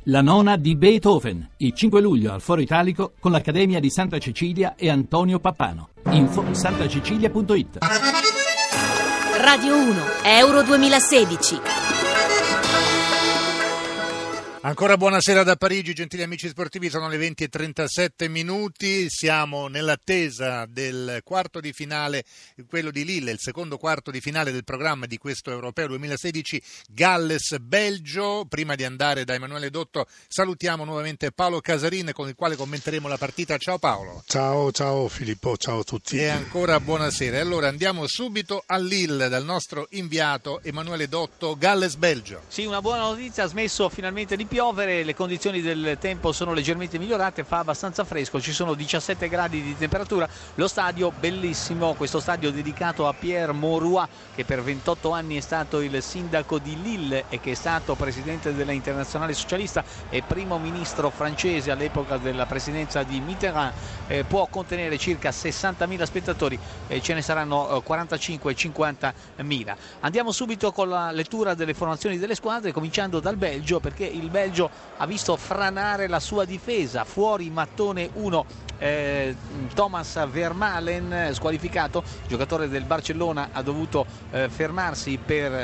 La nona di Beethoven, il 5 luglio al Foro Italico con l'Accademia di Santa Cecilia e Antonio Pappano. Info santacecilia.it. Radio 1, Euro 2016. Ancora buonasera da Parigi, gentili amici sportivi, sono le 20:37, siamo nell'attesa del quarto di finale, quello di Lille, il secondo quarto di finale del programma di questo Europeo 2016, Galles-Belgio. Prima di andare da Emanuele Dotto salutiamo nuovamente Paolo Casarin con il quale commenteremo la partita. Ciao Paolo. Ciao Filippo, ciao a tutti. E ancora buonasera. Allora andiamo subito a Lille dal nostro inviato Emanuele Dotto. Galles-Belgio. Sì, una buona notizia, ha smesso finalmente di piovere, le condizioni del tempo sono leggermente migliorate, fa abbastanza fresco, ci sono 17 gradi di temperatura, lo stadio bellissimo, questo stadio dedicato a Pierre Mauroy, che per 28 anni è stato il sindaco di Lille e che è stato presidente della Internazionale Socialista e primo ministro francese all'epoca della presidenza di Mitterrand. Può contenere circa 60.000 spettatori, ce ne saranno 45-50.000. Andiamo subito con la lettura delle formazioni delle squadre, cominciando dal Belgio, perché il Belgio ha visto franare la sua difesa. Fuori mattone 1 Thomas Vermaelen, squalificato, giocatore del Barcellona, ha dovuto fermarsi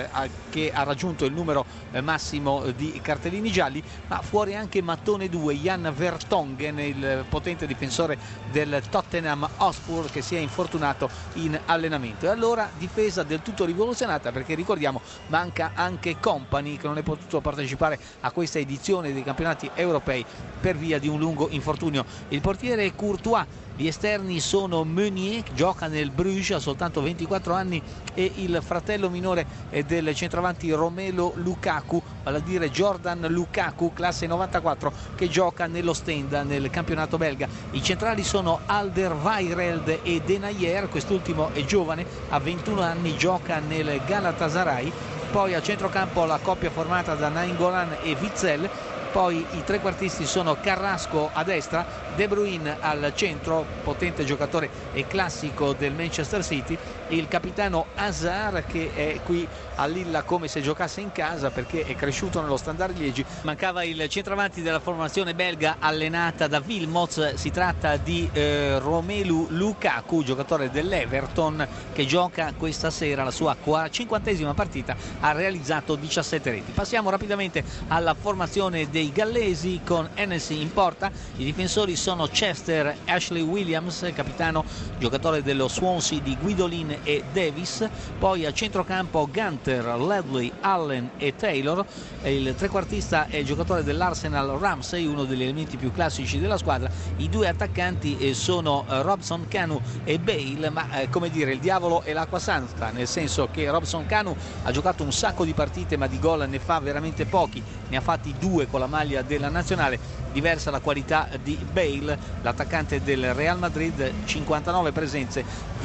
che ha raggiunto il numero massimo di cartellini gialli. Ma fuori anche mattone 2 Jan Vertonghen, il potente difensore del Tottenham Hotspur, che si è infortunato in allenamento. E allora difesa del tutto rivoluzionata, perché ricordiamo manca anche Kompany, che non è potuto partecipare a questa edizione dei campionati europei per via di un lungo infortunio. Il portiere è Courtois. Gli esterni sono Meunier, che gioca nel Bruges, ha soltanto 24 anni, e il fratello minore del centravanti Romelu Lukaku, vale a dire Jordan Lukaku, classe 94, che gioca nello Stenda nel campionato belga. I centrali sono Alderweireld e Denayer, quest'ultimo è giovane, ha 21 anni, gioca nel Galatasaray. Poi a centrocampo la coppia formata da Nainggolan e Witsel. Poi i trequartisti sono Carrasco a destra, De Bruyne al centro, potente giocatore e classico del Manchester City, il capitano Hazard, che è qui a Lilla come se giocasse in casa perché è cresciuto nello Standard Liegi. Mancava il centravanti della formazione belga allenata da Wilmots, si tratta di Romelu Lukaku, giocatore dell'Everton, che gioca questa sera la sua 50esima partita, ha realizzato 17 reti. Passiamo rapidamente alla formazione dei gallesi con Hennessy in porta. I difensori sono Chester, Ashley Williams, capitano, giocatore dello Swansea di Guidolin e Davis. Poi a centrocampo Gunter, Ledley, Allen e Taylor. Il trequartista è il giocatore dell'Arsenal Ramsey, uno degli elementi più classici della squadra. I due attaccanti sono Robson Kanu e Bale, ma come dire, il diavolo è l'acqua santa, nel senso che Robson Kanu ha giocato un sacco di partite ma di gol ne fa veramente pochi, ne ha fatti 2 con la maglia della nazionale. Diversa la qualità di Bale, l'attaccante del Real Madrid, 59 presenze,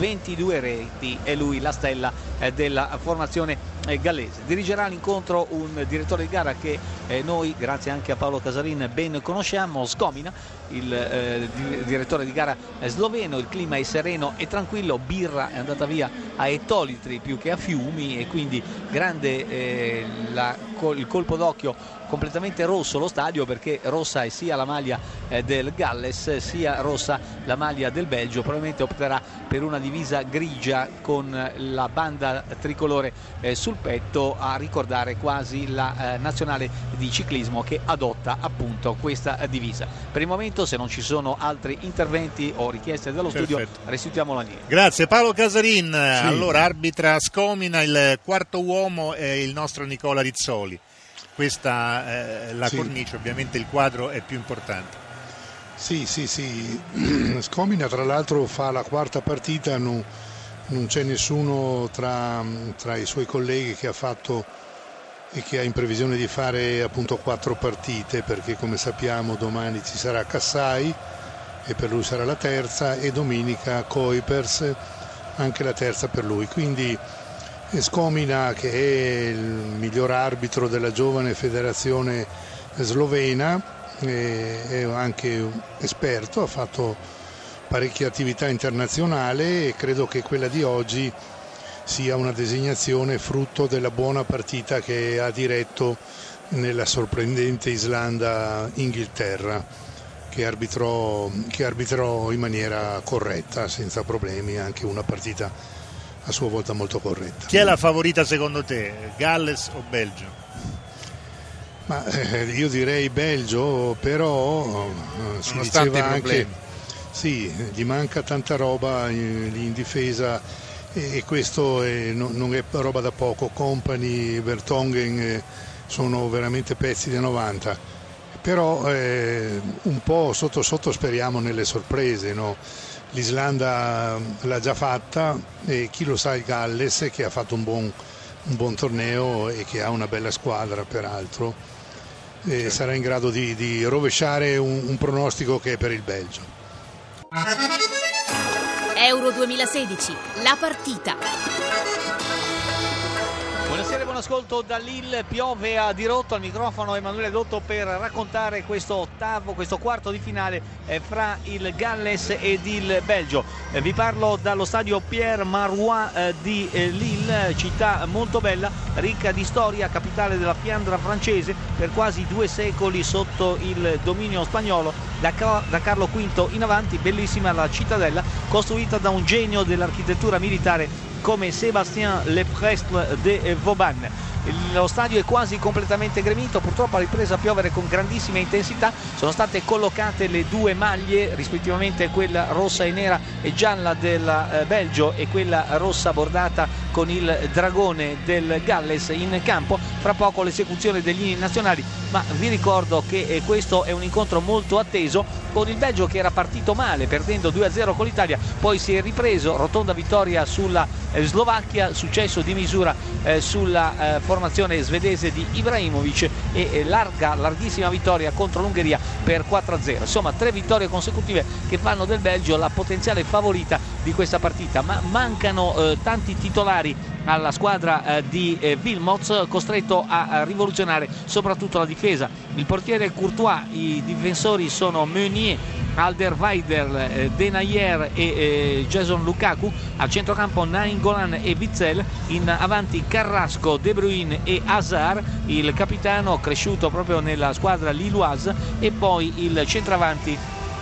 22 reti, è lui la stella della formazione gallese. Dirigerà l'incontro un direttore di gara che noi, grazie anche a Paolo Casarin, ben conosciamo, Skomina, il direttore di gara sloveno. Il clima è sereno e tranquillo, birra è andata via a ettolitri più che a fiumi, e quindi grande il colpo d'occhio, completamente rosso lo stadio, perché rossa è sia la maglia del Galles sia rossa la maglia del Belgio. Probabilmente opterà per una divisa grigia con la banda tricolore sul petto, a ricordare quasi la nazionale di ciclismo che adotta appunto questa divisa. Per il momento, se non ci sono altri interventi o richieste dallo studio, restituiamo la linea. Grazie Paolo Casarin. Sì. Allora arbitra Skomina, il quarto uomo è il nostro Nicola Rizzoli. Questa è la cornice, ovviamente il quadro è più importante. Sì. Skomina tra l'altro fa la quarta partita, non c'è nessuno tra i suoi colleghi che ha fatto e che ha in previsione di fare appunto 4 partite, perché come sappiamo domani ci sarà Kassai e per lui sarà la terza, e domenica Kuipers, anche la terza per lui. Quindi Skomina, che è il miglior arbitro della giovane federazione slovena, è anche esperto, ha fatto parecchie attività internazionali e credo che quella di oggi sia una designazione frutto della buona partita che ha diretto nella sorprendente Islanda-Inghilterra, che arbitrò in maniera corretta, senza problemi, anche una partita a sua volta molto corretta. Chi è la favorita secondo te, Galles o Belgio? Ma io direi Belgio, però si diceva anche sì, gli manca tanta roba in difesa, e questo non è roba da poco. Kompany, Vertonghen sono veramente pezzi da 90, però un po' sotto sotto speriamo nelle sorprese, no? L'Islanda l'ha già fatta, e chi lo sa il Galles, che ha fatto un buon torneo e che ha una bella squadra peraltro, sarà in grado di rovesciare un pronostico che è per il Belgio. Euro 2016, la partita. Buonasera e buon ascolto da Lille. Piove a dirotto, al microfono Emanuele Dotto per raccontare questo quarto di finale fra il Galles ed il Belgio. Vi parlo dallo stadio Pierre Marois di Lille, città molto bella, ricca di storia, capitale della Fiandra francese, per quasi 2 secoli sotto il dominio spagnolo, da Carlo V in avanti. Bellissima la cittadella, costruita da un genio dell'architettura militare come Sébastien Leprestre de Vauban. Lo stadio è quasi completamente gremito, purtroppo ha ripreso a piovere con grandissima intensità. Sono state collocate le 2 maglie, rispettivamente quella rossa e nera e gialla del Belgio e quella rossa bordata con il dragone del Galles in campo. Fra poco l'esecuzione degli inni nazionali, ma vi ricordo che questo è un incontro molto atteso, con il Belgio che era partito male perdendo 2-0 con l'Italia, poi si è ripreso, rotonda vittoria sulla Slovacchia, successo di misura sulla formazione svedese di Ibrahimovic, e larghissima vittoria contro l'Ungheria per 4-0. Insomma, 3 vittorie consecutive che fanno del Belgio la potenziale favorita di questa partita, ma mancano tanti titolari alla squadra di Wilmots, costretto a rivoluzionare soprattutto la difesa. Il portiere Courtois, i difensori sono Meunier, Alderweireld, Denayer e Jason Lukaku. Al centrocampo Nainggolan e Witsel, in avanti Carrasco, De Bruyne e Hazard, il capitano cresciuto proprio nella squadra lilloise, e poi il centravanti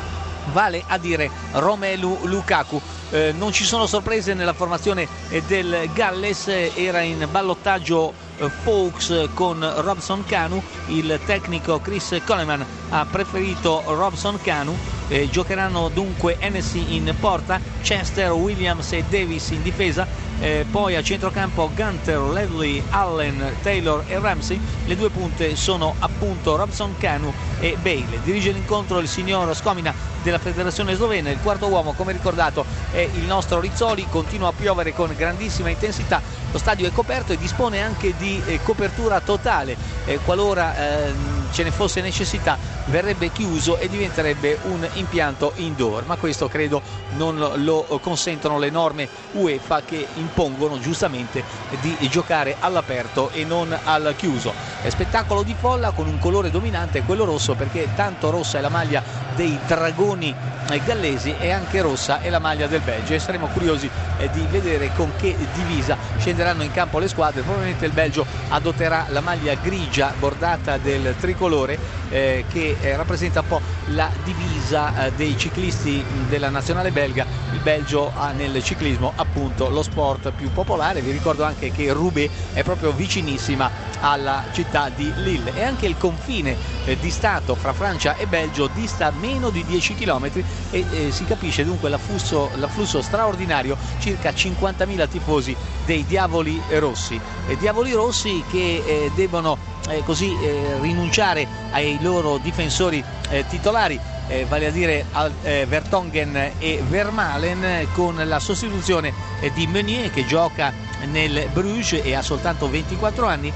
vale a dire Romelu Lukaku. Non ci sono sorprese nella formazione del Galles, era in ballottaggio Fawkes con Robson Kanu. Il tecnico Chris Coleman ha preferito Robson Kanu. Giocheranno dunque Hennessy in porta, Chester, Williams e Davis in difesa, poi a centrocampo Gunter, Ledley, Allen, Taylor e Ramsey. Le 2 punte sono appunto Robson Kanu e Bale. Dirige l'incontro il signor Skomina della federazione slovena. Il quarto uomo, come ricordato, è il nostro Rizzoli. Continua a piovere con grandissima intensità, lo stadio è coperto e dispone anche di copertura totale. Qualora ce ne fosse necessità, verrebbe chiuso e diventerebbe un impianto indoor, ma questo credo non lo consentono le norme UEFA, che impongono giustamente di giocare all'aperto e non al chiuso. È spettacolo di folla con un colore dominante, quello rosso, perché tanto rossa è la maglia dei dragoni gallesi e anche rossa è la maglia del Belgio, e saremo curiosi di vedere con che divisa scenderanno in campo le squadre. Probabilmente il Belgio adotterà la maglia grigia bordata del tricolore, che rappresenta un po' la divisa dei ciclisti della nazionale belga. Il Belgio ha nel ciclismo appunto lo sport più popolare. Vi ricordo anche che Roubaix è proprio vicinissima alla città di Lille, e anche il confine di stato fra Francia e Belgio dista meno di 10 km, e si capisce dunque l'afflusso straordinario, circa 50.000 tifosi dei Diavoli Rossi, Diavoli Rossi che devono così rinunciare ai loro difensori titolari, vale a dire Vertonghen e Vermaelen, con la sostituzione di Meunier, che gioca nel Bruges e ha soltanto 24 anni,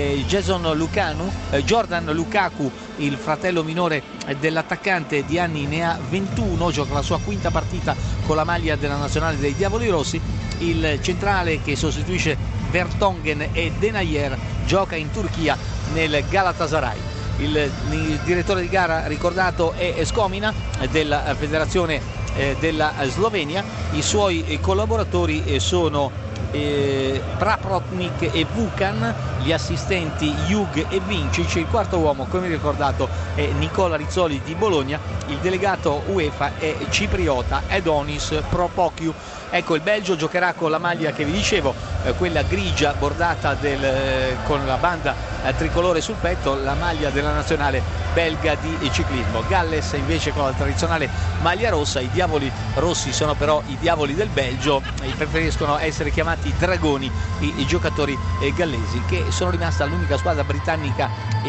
Jordan Lukaku, il fratello minore dell'attaccante di anni, ne ha 21, gioca la sua 5ª partita con la maglia della nazionale dei Diavoli Rossi. Il centrale che sostituisce Vertonghen e Denayer gioca in Turchia nel Galatasaray. Il direttore di gara, ricordato, è Skomina della federazione della Slovenia. I suoi collaboratori sono Praprotnik e Vukan, gli assistenti Jug e Vincic, il quarto uomo, come ricordato, è Nicola Rizzoli di Bologna, il delegato UEFA è cipriota Adonis Propokiu. Ecco, il Belgio giocherà con la maglia che vi dicevo, quella grigia bordata con la banda tricolore sul petto, la maglia della nazionale belga di ciclismo. Galles invece con la tradizionale maglia rossa. I diavoli rossi sono però i diavoli del Belgio, preferiscono essere chiamati dragoni i giocatori gallesi, che sono rimasta l'unica squadra britannica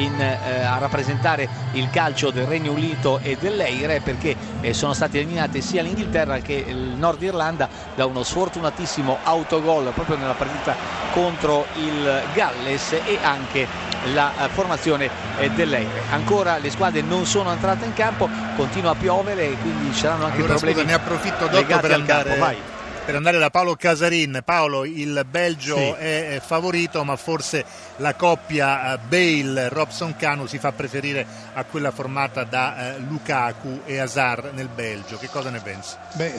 a rappresentare il calcio del Regno Unito e dell'Eire, perché sono state eliminate sia l'Inghilterra che il Nord Irlanda da uno sfortunatissimo autogol proprio nella partita contro il Galles, e anche la formazione dell'Eire. Ancora le squadre non sono entrate in campo, continua a piovere e quindi ci saranno anche problemi. Scusa, ne approfitto dopo per andare da Paolo Casarin. Paolo, il Belgio è favorito, ma forse la coppia Bale-Robson-Kanu si fa preferire a quella formata da Lukaku e Hazard nel Belgio. Che cosa ne pensi?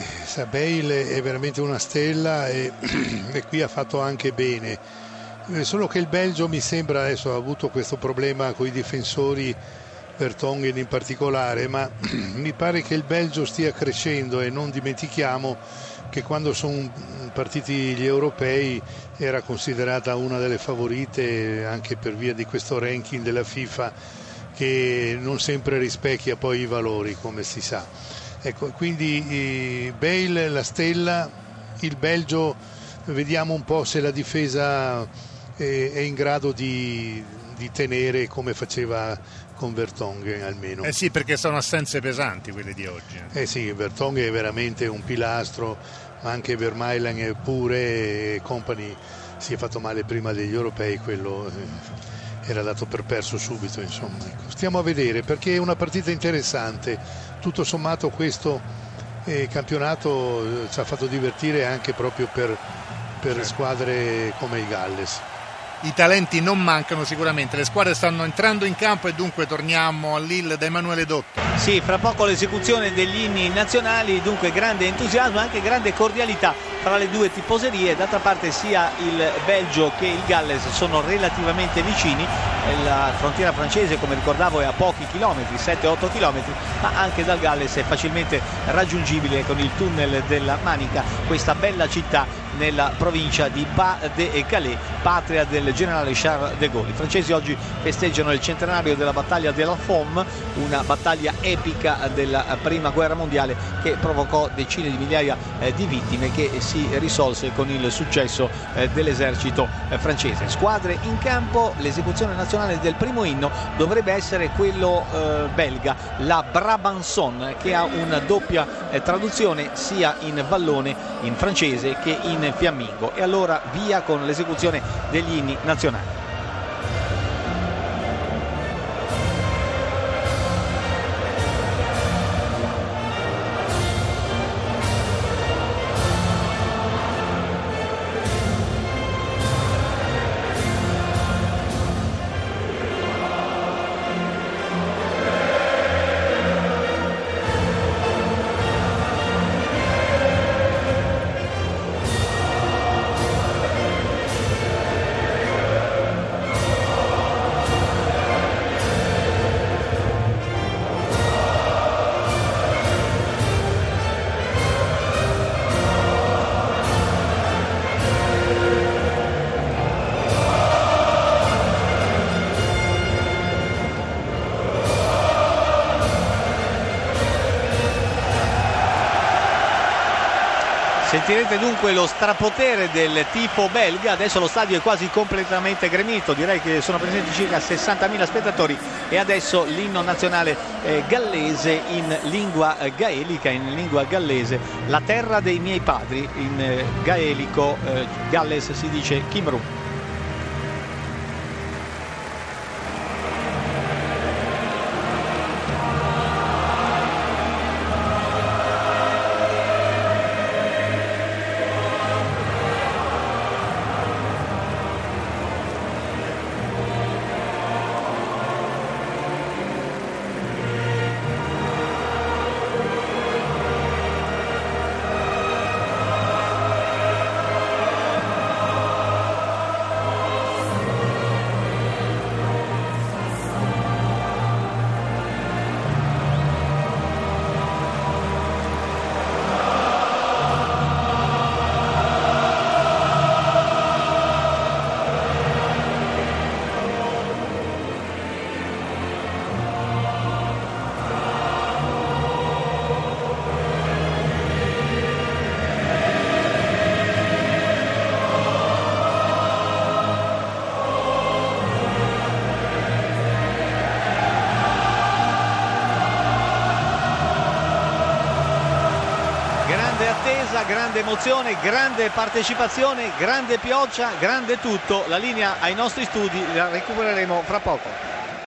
Bale è veramente una stella e qui ha fatto anche bene, solo che il Belgio mi sembra adesso ha avuto questo problema con i difensori, Vertonghen in particolare, ma mi pare che il Belgio stia crescendo, e non dimentichiamo che quando sono partiti gli europei era considerata una delle favorite, anche per via di questo ranking della FIFA che non sempre rispecchia poi i valori, come si sa. Ecco, quindi Bale la stella, il Belgio vediamo un po' se la difesa è in grado di tenere come faceva con Vertonghen almeno. Sì, perché sono assenze pesanti quelle di oggi. Sì, Vertonghen è veramente un pilastro, anche Vermaelen pure, e Company si è fatto male prima degli europei, quello era dato per perso subito, insomma. Stiamo a vedere, perché è una partita interessante, tutto sommato questo campionato ci ha fatto divertire anche proprio per squadre come il Galles. I talenti non mancano sicuramente, le squadre stanno entrando in campo e dunque torniamo a Lille da Emanuele Dotto. Sì, fra poco l'esecuzione degli inni nazionali, dunque grande entusiasmo e anche grande cordialità fra le due tifoserie. D'altra parte sia il Belgio che il Galles sono relativamente vicini, la frontiera francese, come ricordavo, è a pochi chilometri, 7-8 chilometri, ma anche dal Galles è facilmente raggiungibile con il tunnel della Manica, questa bella città nella provincia di Pas-de-Calais, patria del generale Charles de Gaulle. I francesi oggi festeggiano il centenario della battaglia della Somme, una battaglia epica della prima guerra mondiale che provocò decine di migliaia di vittime, che si risolse con il successo dell'esercito francese. Squadre in campo, l'esecuzione nazionale del primo inno dovrebbe essere quello belga, la Brabançon, che ha una doppia traduzione sia in vallone in francese che in fiammingo. E allora via con l'esecuzione degli inni nazionali. Sentirete dunque lo strapotere del tifo belga. Adesso lo stadio è quasi completamente gremito, direi che sono presenti circa 60.000 spettatori, e adesso l'inno nazionale gallese in lingua gaelica, in lingua gallese, la terra dei miei padri, in gaelico Galles si dice Kimru. grande attesa, grande emozione, grande partecipazione, grande pioggia, grande tutto. La linea ai nostri studi la recupereremo fra poco.